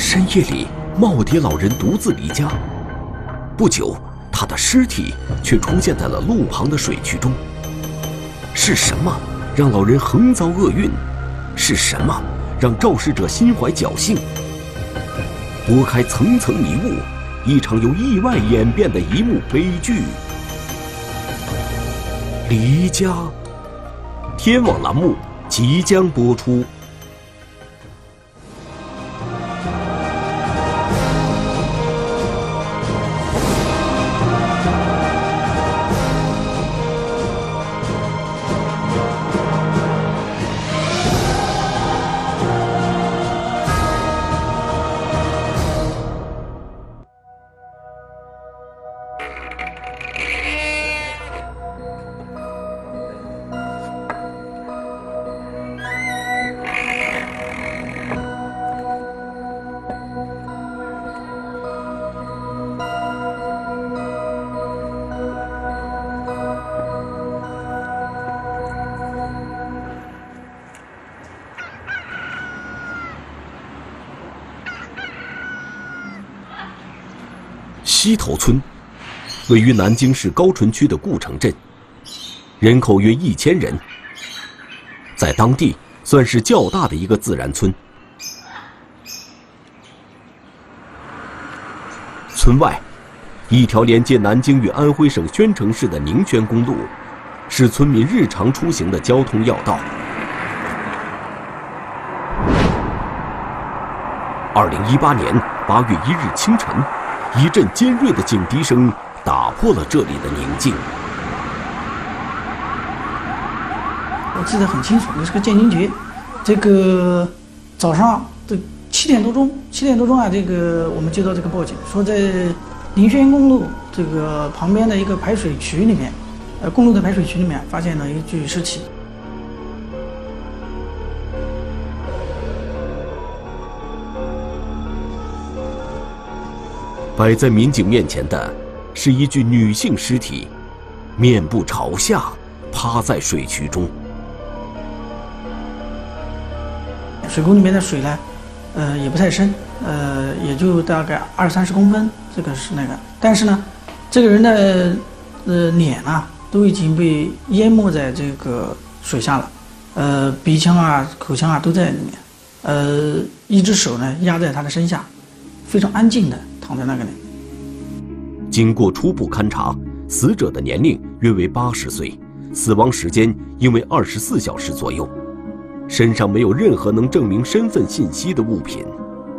深夜里，耄耋老人独自离家，不久，他的尸体却出现在了路旁的水渠中。是什么让老人横遭厄运？是什么让肇事者心怀侥幸？拨开层层迷雾，一场由意外演变的一幕悲剧。离家，天网栏目即将播出。西头村位于南京市高淳区的故城镇，人口约1000人，在当地算是较大的一个自然村。村外，一条连接南京与安徽省宣城市的宁宣公路，是村民日常出行的交通要道。2018年8月1日清晨，一阵尖锐的警笛声打破了这里的宁静。 我记得很清楚，那是个建军节，这个早上的7点多钟啊，这个我们接到这个报警，说在宁宣公路这个旁边的一个排水渠里面，公路的排水渠里面发现了一具尸体。 摆在民警面前的是一具女性尸体，面部朝下，趴在水渠中。 水沟里面的水呢，也不太深，也就大概20-30公分，这个是那个。但是呢，这个人的脸啊，都已经被淹没在这个水下了，鼻腔啊、口腔啊都在里面，一只手呢压在他的身下，非常安静的躺在那个里。 经过初步勘查，死者的年龄约为80岁，死亡时间应为24小时左右，身上没有任何能证明身份信息的物品。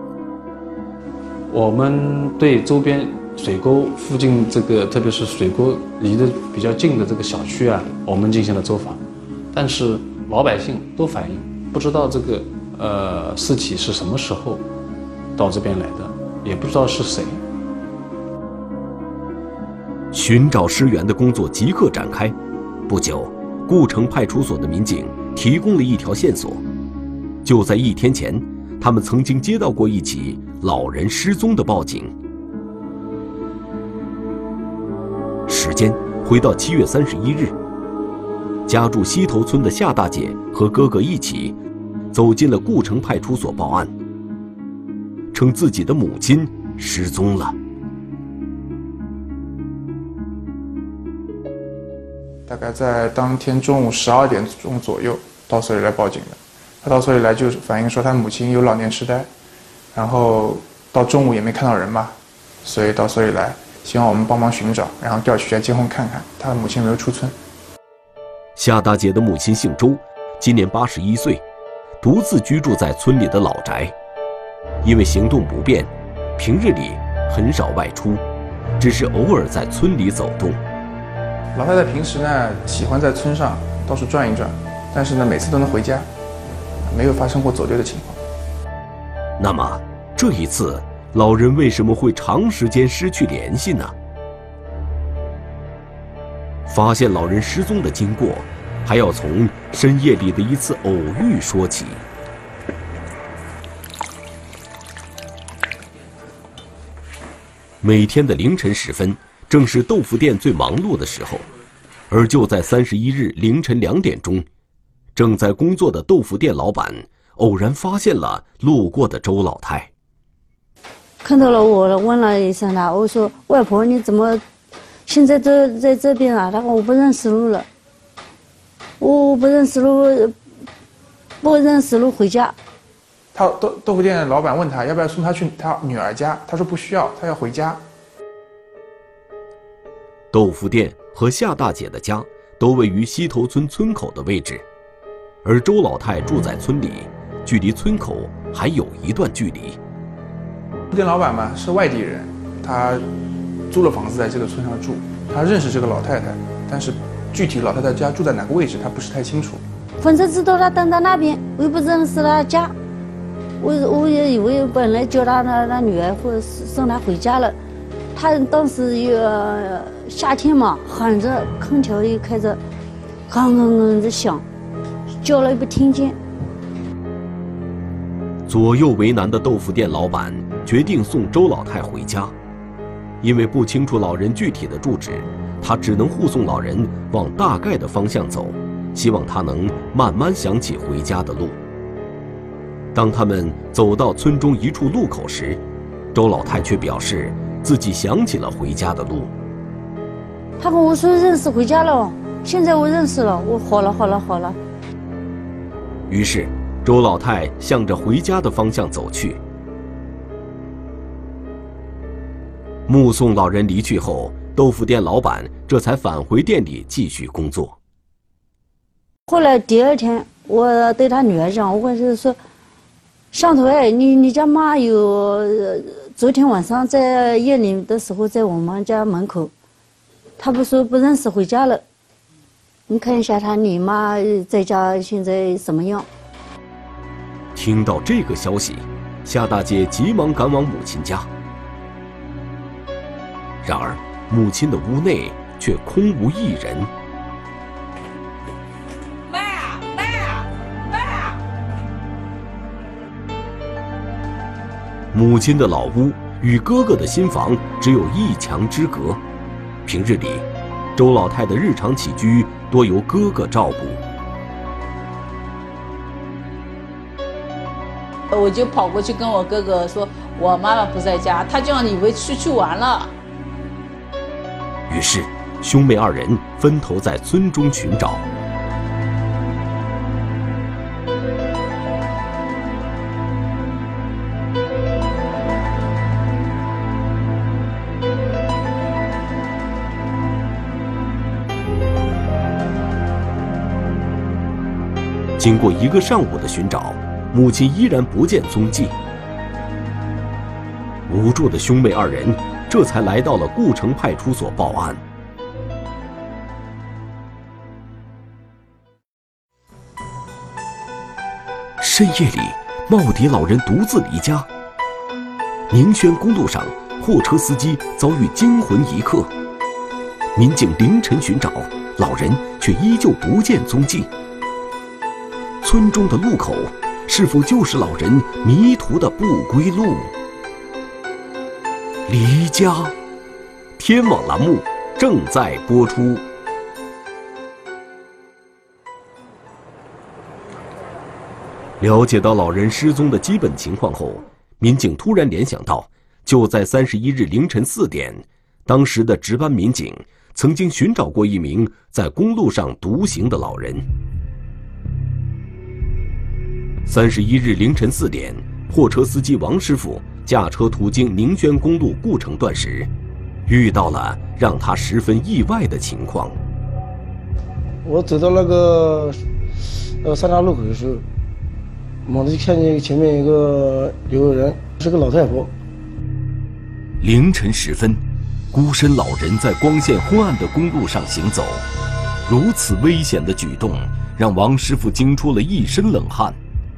我们对周边水沟附近这个，特别是水沟离得比较近的这个小区啊，我们进行了走访，但是老百姓都反映不知道这个尸体是什么时候到这边来的，也不知道是谁。 寻找尸源的工作即刻展开。不久，故城派出所的民警提供了一条线索。就在1天前，他们曾经接到过一起老人失踪的报警。时间回到7月31日，家住西头村的夏大姐和哥哥一起走进了故城派出所报案，称自己的母亲失踪了。 大概在当天中午12点钟左右到所里来报警的。他到所里来就反映说他母亲有老年痴呆，然后到中午也没看到人嘛，所以到所里来，希望我们帮忙寻找，然后调取一下监控看看他的母亲有没有出村。 夏大姐的母亲姓周，今年81岁，独自居住在村里的老宅。因为行动不便，平日里很少外出，只是偶尔在村里走动。 老太太平时呢喜欢在村上到处转一转，但是呢每次都能回家，没有发生过走丢的情况。 那么这一次老人为什么会长时间失去联系呢？发现老人失踪的经过，还要从深夜里的一次偶遇说起。每天的凌晨时分，正是豆腐店最忙碌的时候，而就在31日凌晨2点钟，正在工作的豆腐店老板偶然发现了路过的周老太。 看到了我了，问了一声他，我说外婆你怎么现在在这边啊？他说我不认识路了，我不认识路，不认识路回家。 他豆腐店老板问他要不要送他去他女儿家，他说不需要，他要回家。 豆腐店和夏大姐的家都位于西头村村口的位置，而周老太住在村里，距离村口还有一段距离。 店老板嘛是外地人，他租了房子在这个村上住，他认识这个老太太，但是具体老太太家住在哪个位置，他不是太清楚。 反正知道他等在那边，我又不认识他家，我也以为本来叫他女儿或者送他回家了。他当时夏天嘛，喊着空调一开着，咣咣咣的响，叫了也不听见。 左右为难的豆腐店老板决定送周老太回家，因为不清楚老人具体的住址，他只能护送老人往大概的方向走，希望他能慢慢想起回家的路。当他们走到村中一处路口时，周老太却表示自己想起了回家的路。 他跟我说认识回家了，现在我认识了，我好了。 于是周老太向着回家的方向走去。目送老人离去后，豆腐店老板这才返回店里继续工作。 后来第二天，我对他女儿讲，我就说，上头哎，你家妈有昨天晚上在夜里的时候在我们家门口，她不说不认识回家了，你看一下你妈在家现在什么样。 听到这个消息，夏大姐急忙赶往母亲家。然而母亲的屋内却空无一人。母亲的老屋与哥哥的新房只有一墙之隔，平日里周老太的日常起居多由哥哥照顾。 我就跑过去跟我哥哥说，我妈妈不在家，他这样以为去玩了。 于是兄妹二人分头在村中寻找。经过一个上午的寻找，母亲依然不见踪迹。无助的兄妹二人这才来到了顾城派出所报案。深夜里，耄耋老人独自离家。宁轩公路上，货车司机遭遇惊魂一刻。民警凌晨寻找，老人却依旧不见踪迹。村中的路口，是否就是老人迷途的不归路？离家，天网栏目正在播出。了解到老人失踪的基本情况后，民警突然联想到，就在31日凌晨4点，当时的值班民警曾经寻找过一名在公路上独行的老人。31日凌晨4点，货车司机王师傅驾车途经宁轩公路顾城段时，遇到了让他十分意外的情况。 我走到那个三岔路口的时候，猛地就看见前面有个人，是个老太婆。 凌晨时分，孤身老人在光线昏暗的公路上行走，如此危险的举动让王师傅惊出了一身冷汗。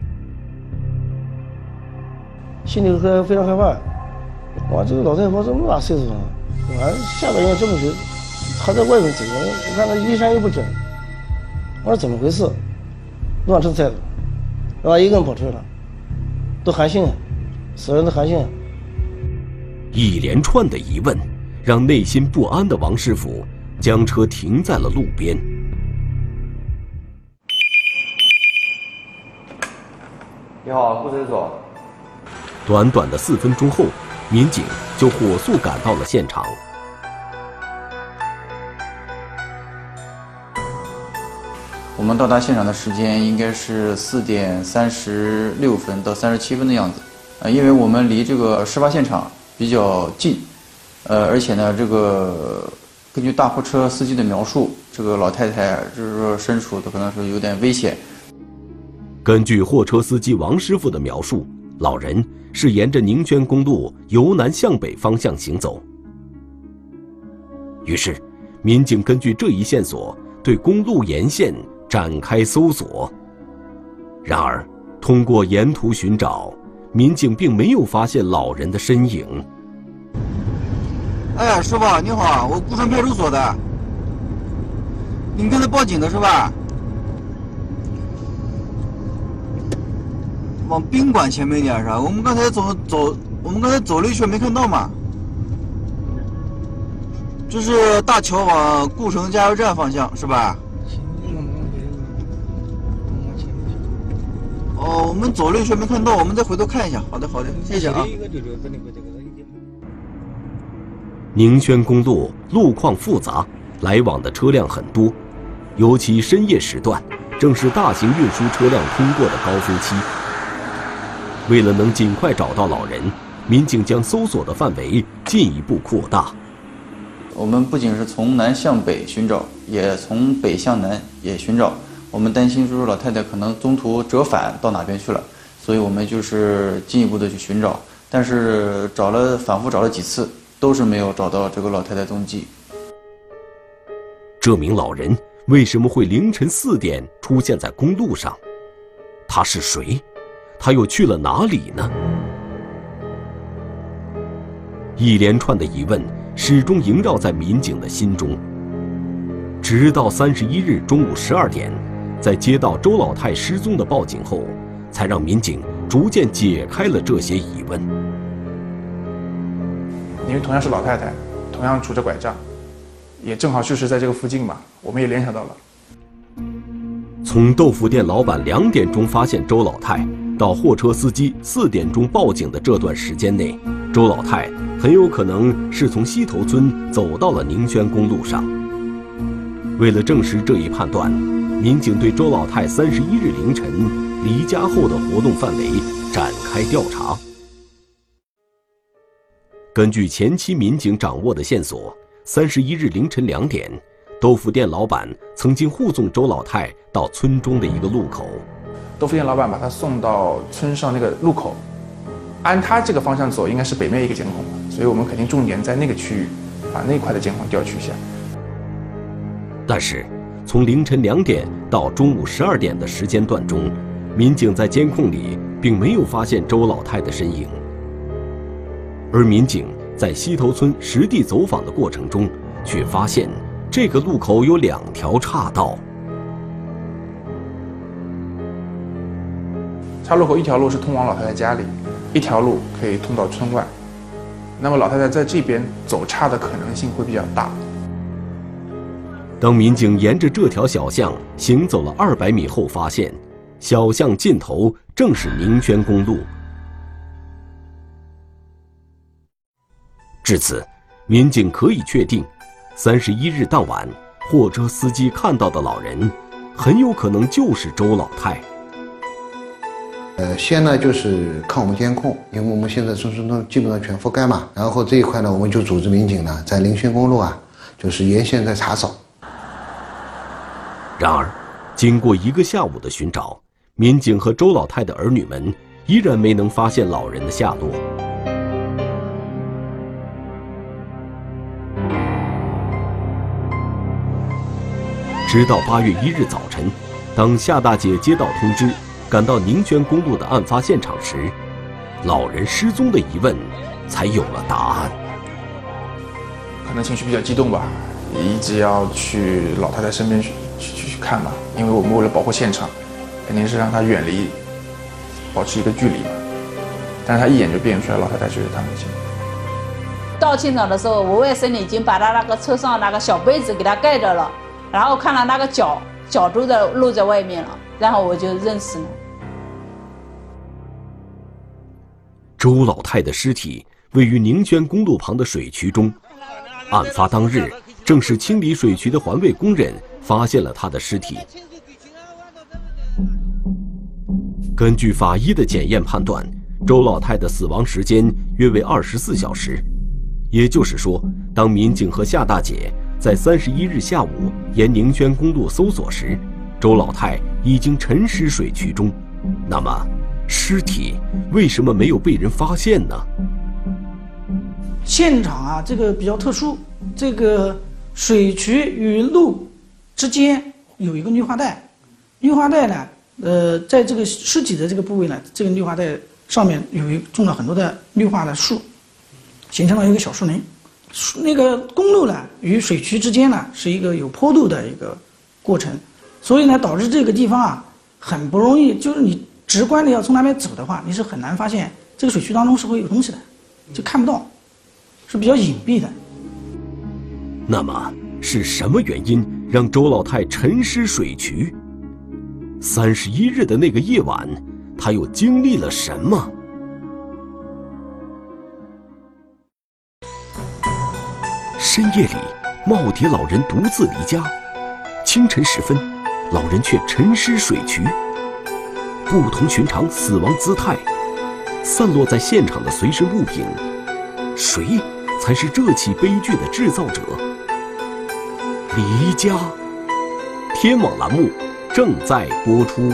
心里非常害怕，哇，这个老太婆这么大岁数了，还下半夜这么久，还在外面走，我看她衣衫又不整，我说怎么回事？乱吃菜的，是吧？一个人跑出来了，都寒性，死人都寒性。 一连串的疑问，让内心不安的王师傅将车停在了路边。 你好，顾诊所。 短短的4分钟后， 民警就火速赶到了现场。 我们到达现场的时间应该是4点36分到37分的样子。因为我们离这个事发现场比较近，而且呢，这个根据大货车司机的描述，这个老太太就是说身处的可能是有点危险。 根据货车司机王师傅的描述，老人是沿着宁轩公路由南向北方向行走。于是，民警根据这一线索，对公路沿线展开搜索。然而，通过沿途寻找，民警并没有发现老人的身影。 哎，师傅你好，我固川派出所的。你们刚才报警的是吧？往宾馆前面一点是吧？我们刚才走了一圈没看到嘛。就是大桥往顾城加油站方向是吧？哦，我们走了一圈没看到，我们再回头看一下。好的，好的，谢谢啊。 宁轩公路路况复杂，来往的车辆很多，尤其深夜时段，正是大型运输车辆通过的高峰期。为了能尽快找到老人，民警将搜索的范围进一步扩大。 我们不仅是从南向北寻找，也从北向南也寻找。我们担心说老太太可能中途折返到哪边去了，所以我们就是进一步的去寻找。但是反复找了几次，都是没有找到这个老太太踪迹。 这名老人为什么会凌晨4点出现在公路上？他是谁？他又去了哪里呢？一连串的疑问始终萦绕在民警的心中。直到31日中午12点，在接到周老太失踪的报警后，才让民警逐渐解开了这些疑问。 因为同样是老太太，同样拄着拐杖，也正好就是在这个附近嘛，我们也联想到了。 从豆腐店老板2点钟发现周老太，到货车司机4点钟报警的这段时间内，周老太很有可能是从西头村走到了宁轩公路上。为了证实这一判断，民警对周老太31日凌晨离家后的活动范围展开调查。根据前期民警掌握的线索，31日凌晨2点，豆腐店老板曾经护送周老太到村中的一个路口。 豆腐店老板把他送到村上那个路口，按他这个方向走，应该是北面一个监控，所以我们肯定重点在那个区域，把那块的监控调取一下。 但是，从凌晨2点到中午12点的时间段中，民警在监控里并没有发现周老太的身影。而民警在西头村实地走访的过程中，却发现这个路口有2条岔道。 岔路口一条路是通往老太太家里，一条路可以通到村外。那么老太太在这边走岔的可能性会比较大。 当民警沿着这条小巷行走了200米后，发现小巷尽头正是宁轩公路。至此，民警可以确定，31日当晚，货车司机看到的老人，很有可能就是周老太。 先呢就是看我们监控，因为我们现在村都基本上全覆盖嘛。然后这一块呢，我们就组织民警呢，在宁轩公路啊，就是沿线在查找。 然而，经过1个下午的寻找，民警和周老太的儿女们依然没能发现老人的下落。直到8月1日早晨，当夏大姐接到通知，赶到宁轩公路的案发现场时，老人失踪的疑问才有了答案。 可能情绪比较激动吧，也一直要去老太太身边去看嘛，因为我们为了保护现场，肯定是让她远离，保持一个距离嘛。但是她一眼就辨认出来老太太就是她母亲。 到现场的时候，我外甥已经把他那个车上那个小被子给他盖着了，然后看到那个脚都露在外面了，然后我就认识了。 周老太的尸体位于宁轩公路旁的水渠中。案发当日，正是清理水渠的环卫工人发现了他的尸体。根据法医的检验判断，周老太的死亡时间约为24小时。也就是说，当民警和夏大姐在31日下午沿宁轩公路搜索时，周老太已经沉尸水渠中。那么，尸体为什么没有被人发现呢？ 现场啊，这个比较特殊，这个水渠与路之间有一个绿化带，绿化带呢，在这个尸体的这个部位呢，这个绿化带上面种了很多的绿化的树，形成了一个小树林。那个公路呢与水渠之间呢是一个有坡度的一个过程，所以呢导致这个地方啊很不容易，就是你直观的要从那边走的话，你是很难发现这个水渠当中是会有东西的，就看不到，是比较隐蔽的。 那么是什么原因让周老太沉尸水渠？31日的那个夜晚，她又经历了什么？深夜里，耄耋老人独自离家。清晨时分，老人却沉尸水渠。不同寻常死亡姿态，散落在现场的随身物品，谁才是这起悲剧的制造者？离家，天网栏目正在播出。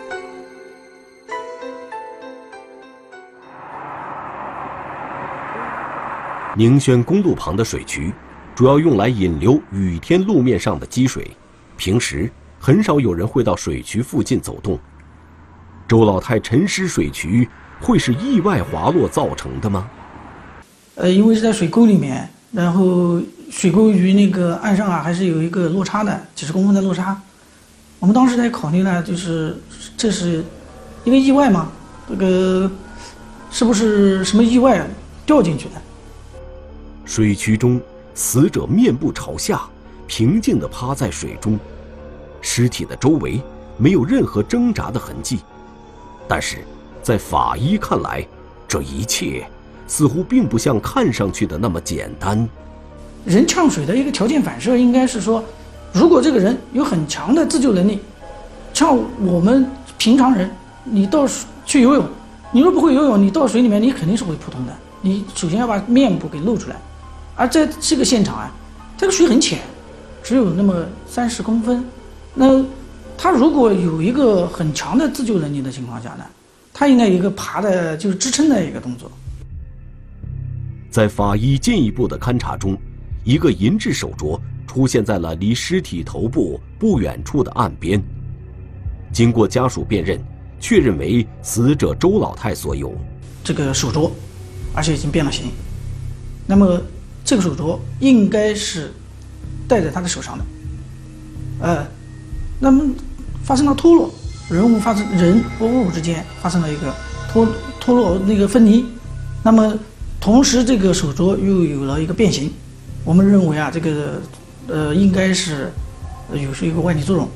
宁轩公路旁的水渠，主要用来引流雨天路面上的积水，平时很少有人会到水渠附近走动。周老太沉尸水渠，会是意外滑落造成的吗？ 因为是在水沟里面，然后水沟与那个岸上啊还是有一个落差的，几十公分的落差。我们当时在考虑呢，就是这是一个意外吗？这个是不是什么意外掉进去的？ 水渠中，死者面部朝下，平静地趴在水中，尸体的周围没有任何挣扎的痕迹。但是，在法医看来，这一切似乎并不像看上去的那么简单。 人呛水的一个条件反射应该是说，如果这个人有很强的自救能力，像我们平常人，你到去游泳，你若不会游泳，你到水里面你肯定是会扑通的。你首先要把面部给露出来，而在这个现场啊，这个水很浅，只有那么30公分，那他如果有一个很强的自救能力的情况下呢，他应该有一个爬的，就是支撑的一个动作。 在法医进一步的勘查中，一个银质手镯出现在了离尸体头部不远处的岸边。经过家属辨认，确认为死者周老太所有。 这个手镯，而且已经变了形。那么这个手镯应该是戴在他的手上的。那么发生了脱落，人和物之间发生了一个脱落那个分离。那么同时这个手镯又有了一个变形。我们认为啊，这个应该是有一个外力作用。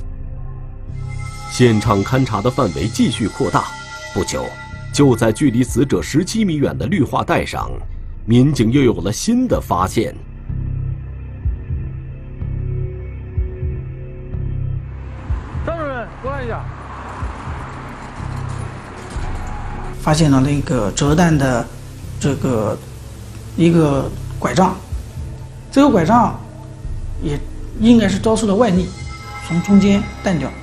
现场勘查的范围继续扩大，不久，就在距离死者17米远的绿化带上，民警又有了新的发现。 张主任，过来一下。 发现了那个折断的这个一个拐杖，这个拐杖也应该是遭受了外力，从中间断掉。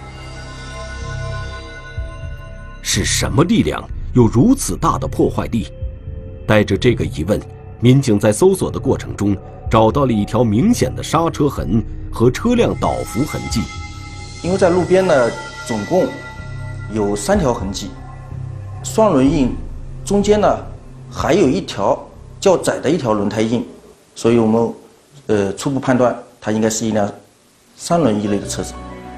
是什么力量有如此大的破坏力？带着这个疑问，民警在搜索的过程中找到了一条明显的刹车痕和车辆倒伏痕迹。 因为在路边呢，总共有3条痕迹，双轮印中间呢还有一条较窄的一条轮胎印，所以我们初步判断它应该是一辆3轮一类的车子。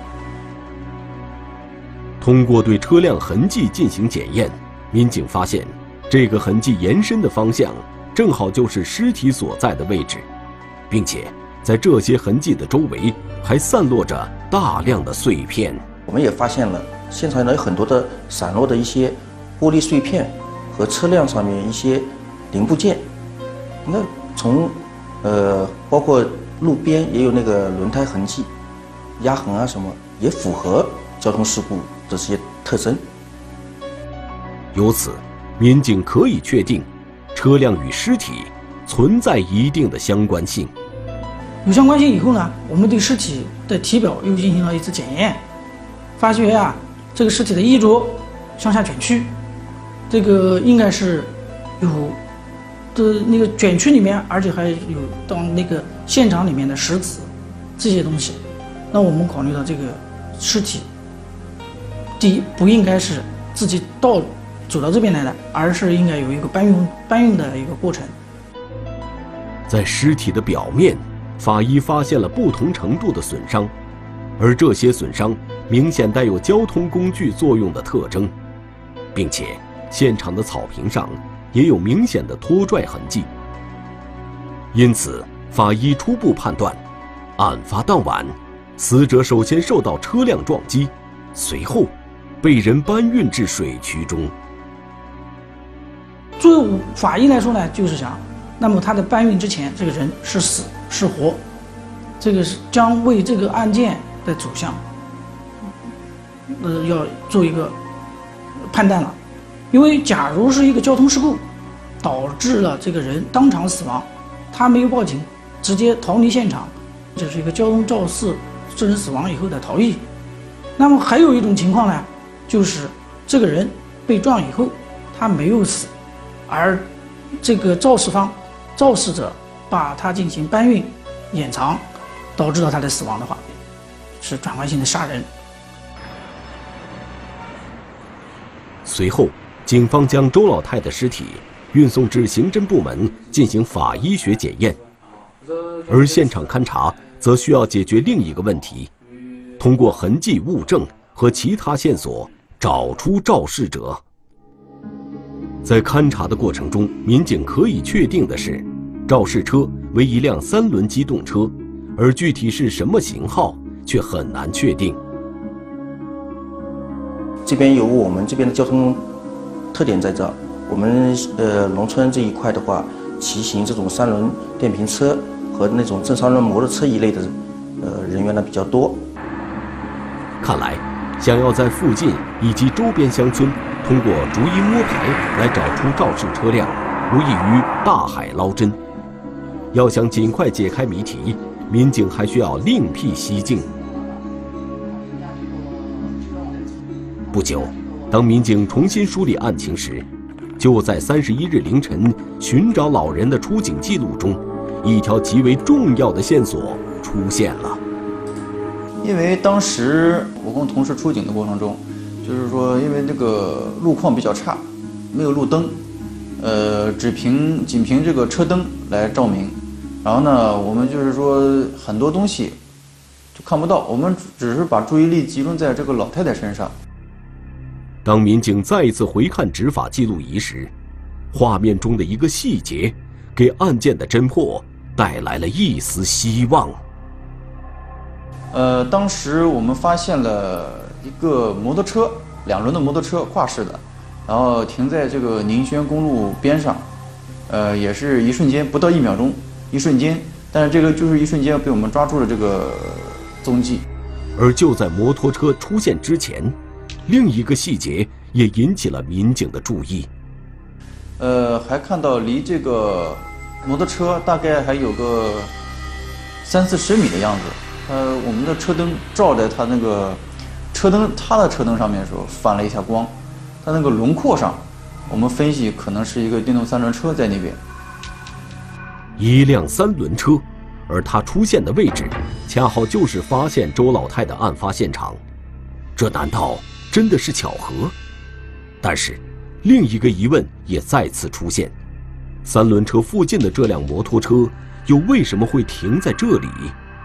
通过对车辆痕迹进行检验，民警发现这个痕迹延伸的方向正好就是尸体所在的位置，并且在这些痕迹的周围还散落着大量的碎片。 我们也发现了现场有很多的散落的一些玻璃碎片和车辆上面一些零部件。那从包括路边也有那个轮胎痕迹、压痕啊什么，也符合交通事故这些特征。 由此，民警可以确定，车辆与尸体存在一定的相关性。 有相关性以后呢，我们对尸体的体表又进行了一次检验，发觉啊，这个尸体的衣着向下卷曲，这个应该是有的那个卷曲里面，而且还有当那个现场里面的石子这些东西。那我们考虑到这个尸体，第一不应该是自己走到这边来的，而是应该有一个搬运的一个过程。 在尸体的表面，法医发现了不同程度的损伤，而这些损伤明显带有交通工具作用的特征，并且现场的草坪上也有明显的拖拽痕迹。因此，法医初步判断，案发当晚，死者首先受到车辆撞击，随后被人搬运至水渠中。 作为法医来说呢，就是想，那么他的搬运之前，这个人是死是活，这个是将为这个案件的走向，要做一个判断了。因为假如是一个交通事故，导致了这个人当场死亡，他没有报警，直接逃离现场，这是一个交通肇事致人死亡以后的逃逸。那么还有一种情况呢，就是这个人被撞以后，他没有死，而这个肇事者把他进行搬运、掩藏，导致了他的死亡的话，是转换性的杀人。 随后，警方将周老太的尸体运送至刑侦部门进行法医学检验，而现场勘查则需要解决另一个问题，通过痕迹物证和其他线索找出肇事者。在勘查的过程中，民警可以确定的是，肇事车为一辆3轮机动车，而具体是什么型号却很难确定。 这边有我们这边的交通特点在这儿，我们农村这一块的话，骑行这种3轮电瓶车和那种正3轮摩托车一类的人员呢比较多。 看来，想要在附近以及周边乡村通过逐一摸排来找出肇事车辆，无异于大海捞针。要想尽快解开谜题，民警还需要另辟蹊径。不久，当民警重新梳理案情时，就在31日凌晨寻找老人的出警记录中，一条极为重要的线索出现了。 因为当时我跟同事出警的过程中，就是说因为这个路况比较差，没有路灯，仅凭这个车灯来照明，然后呢，我们就是说很多东西就看不到，我们只是把注意力集中在这个老太太身上。 当民警再一次回看执法记录仪时，画面中的一个细节给案件的侦破带来了一丝希望。 当时我们发现了一个摩托车，2轮的摩托车，跨式的，然后停在这个宁轩公路边上，也是一瞬间，不到1秒钟，一瞬间，但是这个就是一瞬间被我们抓住了这个踪迹。 而就在摩托车出现之前，另一个细节也引起了民警的注意。 还看到离这个摩托车大概还有个30-40米的样子。我们的车灯照在它那个它的车灯上面的时候，反了一下光，它那个轮廓上，我们分析可能是一个电动3轮车在那边。 一辆3轮车，而它出现的位置，恰好就是发现周老太的案发现场。这难道真的是巧合？但是，另一个疑问也再次出现：3轮车附近的这辆摩托车，又为什么会停在这里？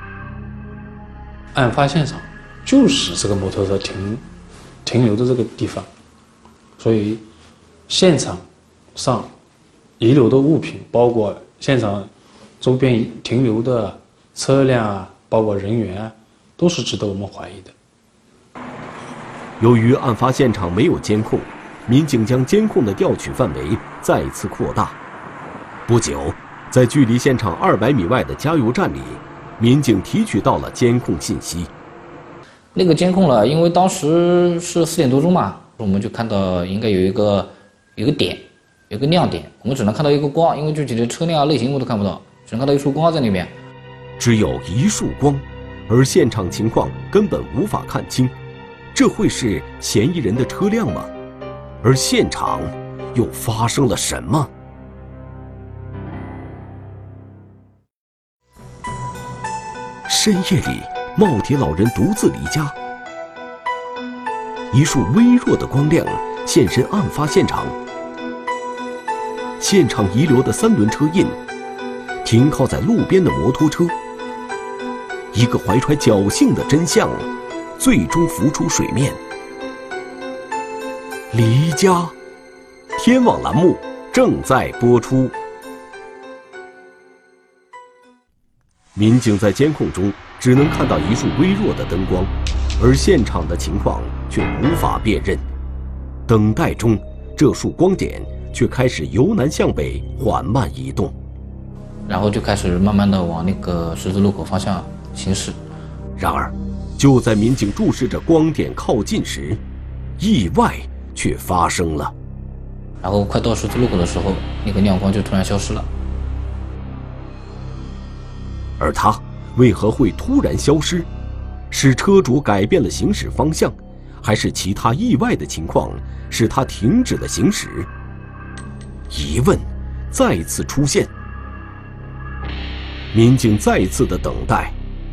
案发现场就是这个摩托车停留的这个地方，所以现场上遗留的物品，包括现场周边停留的车辆啊，包括人员啊，都是值得我们怀疑的。 由于案发现场没有监控，民警将监控的调取范围再次扩大， 不久，在距离现场200米外的加油站里，民警提取到了监控信息。 那个监控了，因为当时是4点多钟嘛，我们就看到应该有一个点，有一个亮点，我们只能看到一个光，因为具体的车辆类型我都看不到，只能看到一束光在那边。 只有一束光，而现场情况根本无法看清，这会是嫌疑人的车辆吗？而现场又发生了什么？深夜里，耄耋老人独自离家，一束微弱的光亮现身案发现场。现场遗留的3轮车印，停靠在路边的摩托车，一个怀揣侥幸的真相，最终浮出水面。离家，天网栏目正在播出。民警在监控中只能看到一束微弱的灯光，而现场的情况却无法辨认。等待中，这束光点却开始由南向北缓慢移动， 然后就开始慢慢的往那个十字路口方向行驶。 然而，就在民警注视着光点靠近时，意外却发生了。 然后快到十字路口的时候，那个亮光就突然消失了。 而它为何会突然消失？是车主改变了行驶方向，还是其他意外的情况使它停止了行驶？疑问再次出现，民警再次的等待。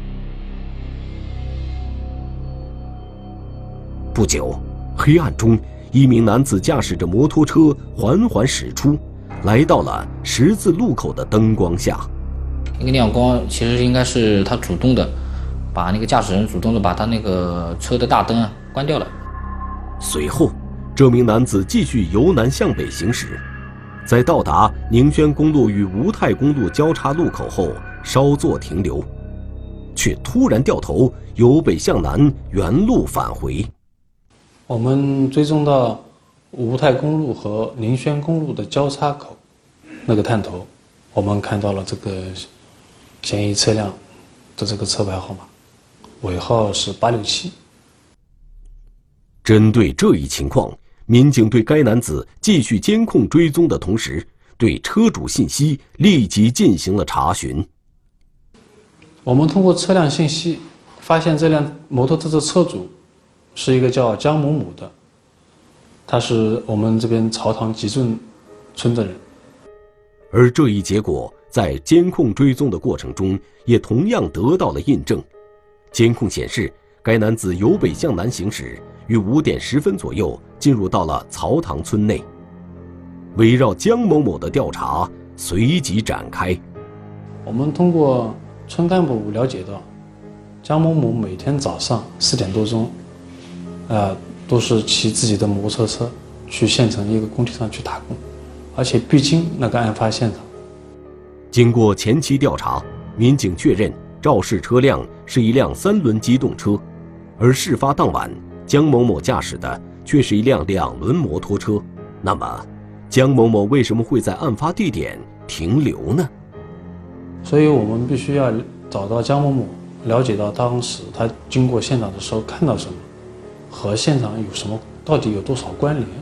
不久，黑暗中，一名男子驾驶着摩托车缓缓驶出，来到了十字路口的灯光下。 那个亮光其实应该是他主动的，把那个驾驶人主动的把他那个车的大灯关掉了。 随后，这名男子继续由南向北行驶，在到达宁轩公路与吴泰公路交叉路口后稍作停留，却突然掉头由北向南原路返回。 我们追踪到吴泰公路和宁轩公路的交叉口那个探头，我们看到了这个嫌疑车辆的这个车牌号码，尾号是867。 针对这一情况，民警对该男子继续监控追踪的同时，对车主信息立即进行了查询。 我们通过车辆信息发现，这辆摩托车的车主是一个叫江某某的，他是我们这边朝塘集镇村的人。 而这一结果在监控追踪的过程中也同样得到了印证。监控显示，该男子由北向南行驶，于5点10分左右进入到了曹塘村内。围绕江某某的调查随即展开。 我们通过村干部了解到，江某某每天早上4点多钟，都是骑自己的摩托车去县城一个工地上去打工，而且必经那个案发现场。 经过前期调查，民警确认肇事车辆是一辆3轮机动车，而事发当晚，江某某驾驶的却是一辆2轮摩托车。那么，江某某为什么会在案发地点停留呢？ 所以我们必须要找到江某某，了解到当时他经过现场的时候看到什么，和现场有什么，到底有多少关联。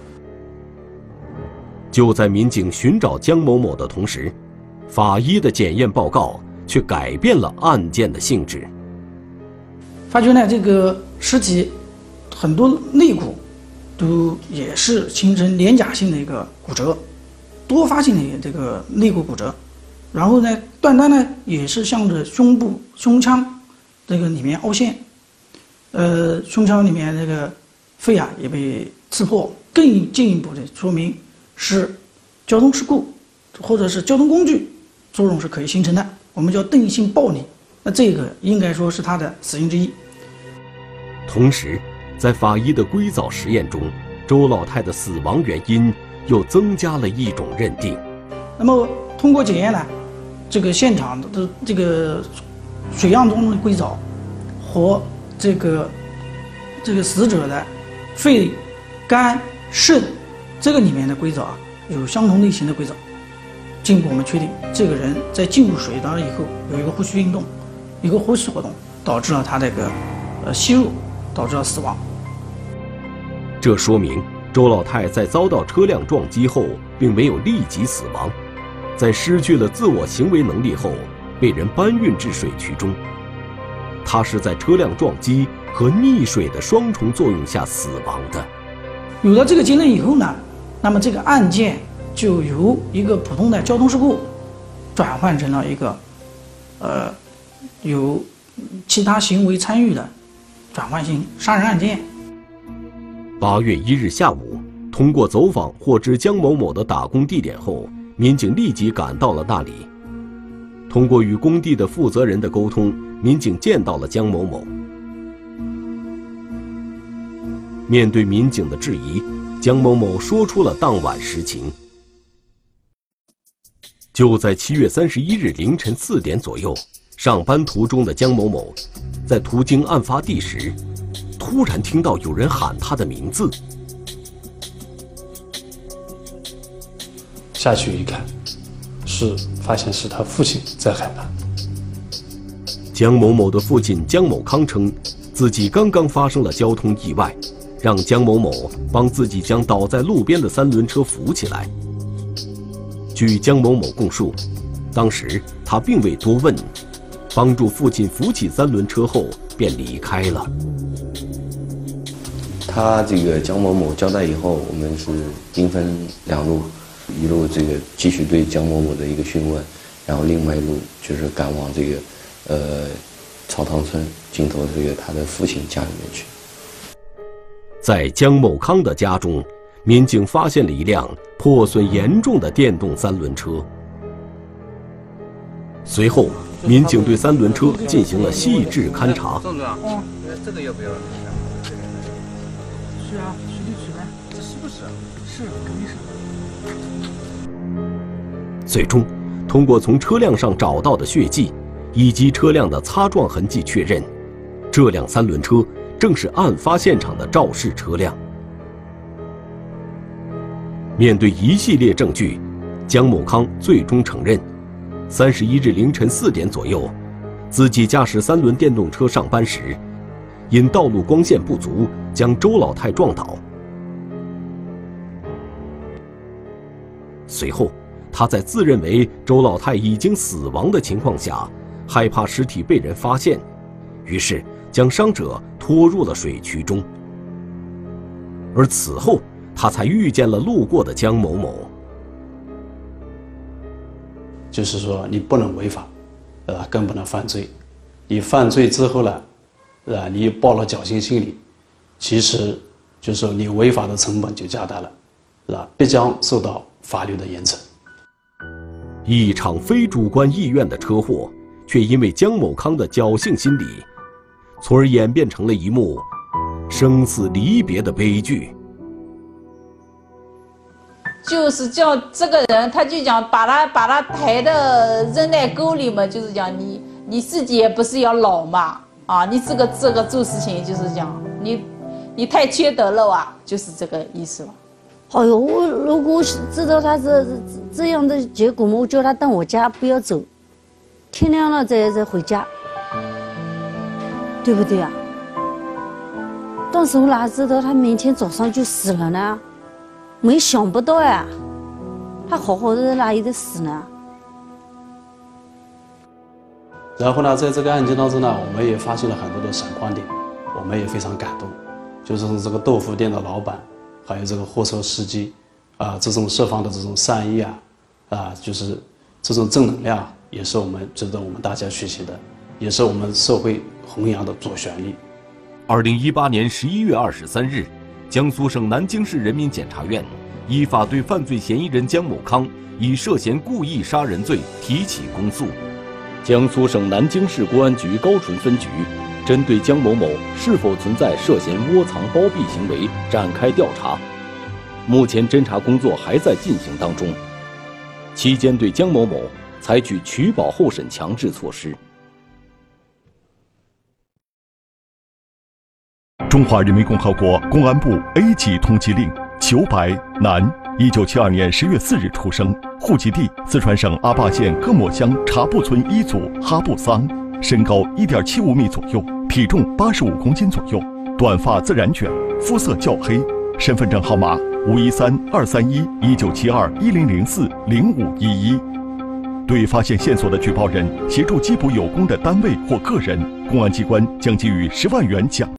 就在民警寻找江某某的同时，法医的检验报告却改变了案件的性质。 发觉呢，这个尸体很多肋骨都也是形成连甲性的一个骨折，多发性的这个肋骨骨折。然后呢，断端呢也是向着胸部、胸腔这个里面凹陷，胸腔里面这个肺啊也被刺破，更进一步的说明是交通事故或者是交通工具作用是可以形成的，我们叫钝性暴力。那这个应该说是他的死因之一。 同时，在法医的硅藻实验中，周老太的死亡原因又增加了一种认定。 那么通过检验呢，这个现场的这个水样中的硅藻和这个死者的肺、肝、肾这个里面的硅藻啊，有相同类型的硅藻。 进一步我们确定这个人在进入水道以后有一个呼吸运动，一个呼吸活动，导致了他这个吸入，导致了死亡。 这说明周老太在遭到车辆撞击后，并没有立即死亡，在失去了自我行为能力后，被人搬运至水渠中。他是在车辆撞击和溺水的双重作用下死亡的。 有了这个结论以后呢，那么这个案件就由一个普通的交通事故转换成了一个有其他行为参与的转换性杀人案件。 8月1日下午，通过走访获知江某某的打工地点后，民警立即赶到了那里。通过与工地的负责人的沟通，民警见到了江某某。面对民警的质疑，江某某说出了当晚实情。就在7月31日凌晨4点左右，上班途中的江某某，在途经案发地时，突然听到有人喊他的名字。 下去一看，发现是他父亲在喊他。 江某某的父亲江某康称，自己刚刚发生了交通意外，让江某某帮自己将倒在路边的3轮车扶起来。据江某某供述，当时他并未多问，帮助父亲扶起3轮车后便离开了。 他这个江某某交代以后，我们是兵分2路，一路这个继续对江某某的一个询问，然后另外一路就是赶往这个草堂村尽头这个他的父亲家里面去。 在江某康的家中，民警发现了一辆破损严重的电动3轮车。随后，民警对3轮车进行了细致勘查。 郑总，这个要不要？ 是啊，取就取呗。这是不是？是，肯定是。 最终，通过从车辆上找到的血迹以及车辆的擦撞痕迹确认，这辆3轮车正是案发现场的肇事车辆。面对一系列证据，江某康最终承认，31日凌晨4点左右，自己驾驶3轮电动车上班时，因道路光线不足，将周老太撞倒。随后，他在自认为周老太已经死亡的情况下，害怕尸体被人发现，于是将伤者拖入了水渠中。而此后，他才遇见了路过的江某某。 就是说，你不能违法，更不能犯罪。你犯罪之后呢，你抱了侥幸心理，其实就是说你违法的成本就加大了，必将受到法律的严惩。 一场非主观意愿的车祸，却因为江某康的侥幸心理，从而演变成了一幕生死离别的悲剧。 就是叫这个人，他就讲把他抬的扔在沟里嘛，就是讲你自己也不是要老嘛，啊，你这个做事情就是讲你太缺德了哇，就是这个意思吧。 哎呦，我如果知道他这样的结果嘛，我叫他到我家不要走，天亮了再回家，对不对啊？当时我哪知道他明天早上就死了呢？没想不到呀，他好好的哪里得死呢？ 然后呢，在这个案件当中呢，我们也发现了很多的闪光点，我们也非常感动，就是从这个豆腐店的老板，还有这个货车司机，这种释放的这种善意就是这种正能量，也是我们值得我们大家学习的，也是我们社会弘扬的主旋律。 2018年11月23日。江苏省南京市人民检察院依法对犯罪嫌疑人江某康以涉嫌故意杀人罪提起公诉。江苏省南京市公安局高淳分局针对江某某是否存在涉嫌窝藏包庇行为展开调查，目前侦查工作还在进行当中，期间对江某某采取取保候审强制措施。 中华人民共和国公安部 A 级通缉令：裘白，男， 1972年10月4日出生，户籍地四川省阿坝县各莫乡察布村一组哈布桑，身高1.75米左右，体重85公斤左右，短发自然卷，肤色较黑，身份证号码513-231-1972-1004-0511。对发现线索的举报人协助缉捕有功的单位或个人，公安机关将给予10万元奖。